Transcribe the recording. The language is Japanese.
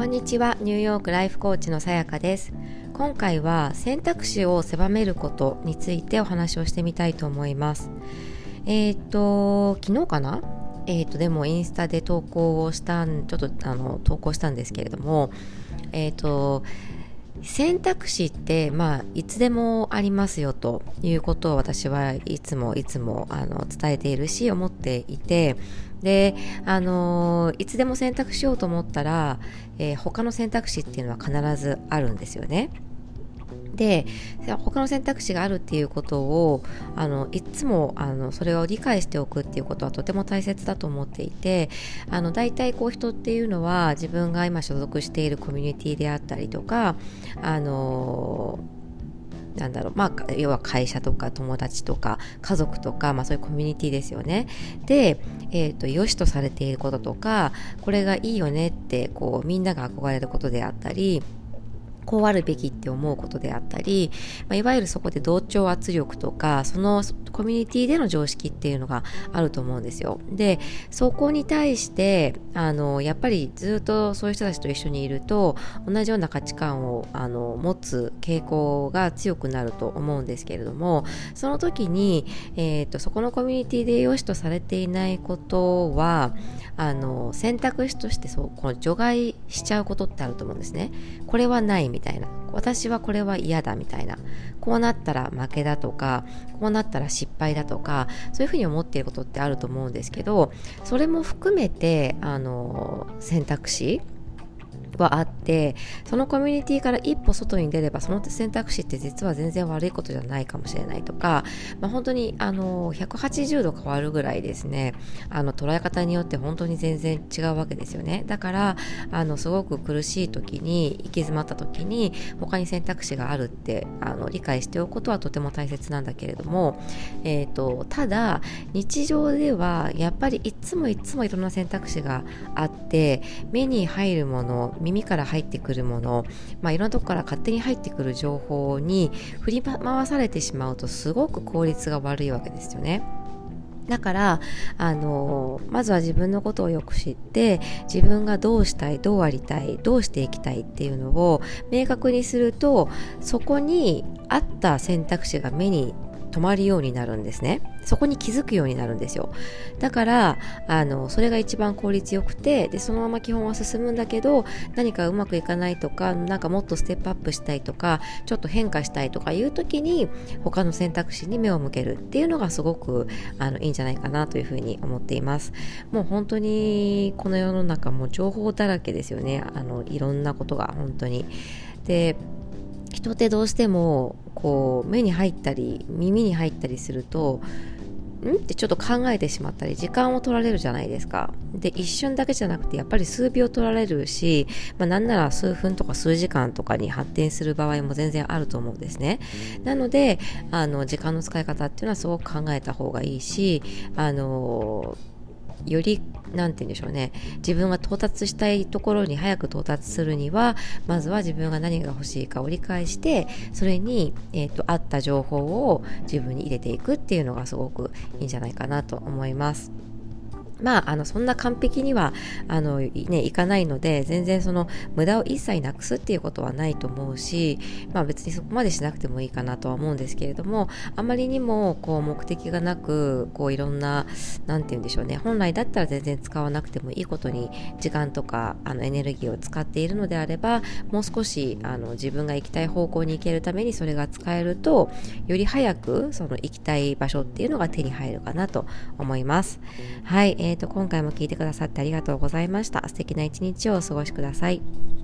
んにちは。ニューヨークライフコーチのさやかです。今回は選択肢を狭めることについてお話をしてみたいと思います。昨日かなでもインスタで投稿したんですけれども、選択肢っていつでもありますよということを私はいつも伝えているし思っていて、でいつでも選択しようと思ったら、他の選択肢っていうのは必ずあるんですよね。で他の選択肢があるっていうことをいつもそれを理解しておくっていうことはとても大切だと思っていて、大体人っていうのは自分が今所属しているコミュニティであったりとか要は会社とか友達とか家族とか、そういうコミュニティですよね。で、良しとされていることとか、これがいいよねってみんなが憧れることであったり、こうあるべきって思うことであったり、いわゆるそこで同調圧力とか、そのコミュニティでの常識っていうのがあると思うんですよ。で、そこに対してやっぱりずっとそういう人たちと一緒にいると同じような価値観を持つ傾向が強くなると思うんですけれども、その時に、そこのコミュニティで良しとされていないことは選択肢としてこの除外しちゃうことってあると思うんですね。これはないみたいな、私はこれは嫌だみたいな、こうなったら負けだとか、こうなったら失敗だとか、そういうふうに思っていることってあると思うんですけど、それも含めて選択肢はあって、そのコミュニティから一歩外に出ればその選択肢って実は全然悪いことじゃないかもしれないとか、本当に180度変わるぐらいですね、捉え方によって本当に全然違うわけですよね。だからすごく苦しい時に、行き詰まった時に他に選択肢があるって理解しておくことはとても大切なんだけれども、ただ日常ではやっぱりいつもいろんな選択肢があって、目に入るもの、耳から入ってくるもの、いろんなとこから勝手に入ってくる情報に振り回されてしまうとすごく効率が悪いわけですよね。だからまずは自分のことをよく知って、自分がどうしたい、どうありたい、どうしていきたいっていうのを明確にすると、そこに合った選択肢が目に止まるようになるんですね。そこに気づくようになるんですよ。だからそれが一番効率よくて、でそのまま基本は進むんだけど、何かうまくいかないとか、なんかもっとステップアップしたいとか、ちょっと変化したいとかいう時に他の選択肢に目を向けるっていうのがすごくいいんじゃないかなというふうに思っています。もう本当にこの世の中も情報だらけですよね。いろんなことが本当に。で、人ってどうしても目に入ったり耳に入ったりするとってちょっと考えてしまったり、時間を取られるじゃないですか。で、一瞬だけじゃなくてやっぱり数秒取られるし、なんなら数分とか数時間とかに発展する場合も全然あると思うんですね。なので時間の使い方っていうのはすごく考えた方がいいし、よりなんて言うんでしょうね、自分が到達したいところに早く到達するには、まずは自分が何が欲しいかを理解して、それに、合った情報を自分に入れていくっていうのがすごくいいんじゃないかなと思います。そんな完璧にはいかないので、全然その無駄を一切なくすっていうことはないと思うし、別にそこまでしなくてもいいかなとは思うんですけれども、あまりにも目的がなくいろんななんて言うんでしょうね、本来だったら全然使わなくてもいいことに時間とかエネルギーを使っているのであれば、もう少し自分が行きたい方向に行けるためにそれが使えると、より早くその行きたい場所っていうのが手に入るかなと思います。はい、今回も聞いてくださってありがとうございました。素敵な一日をお過ごしください。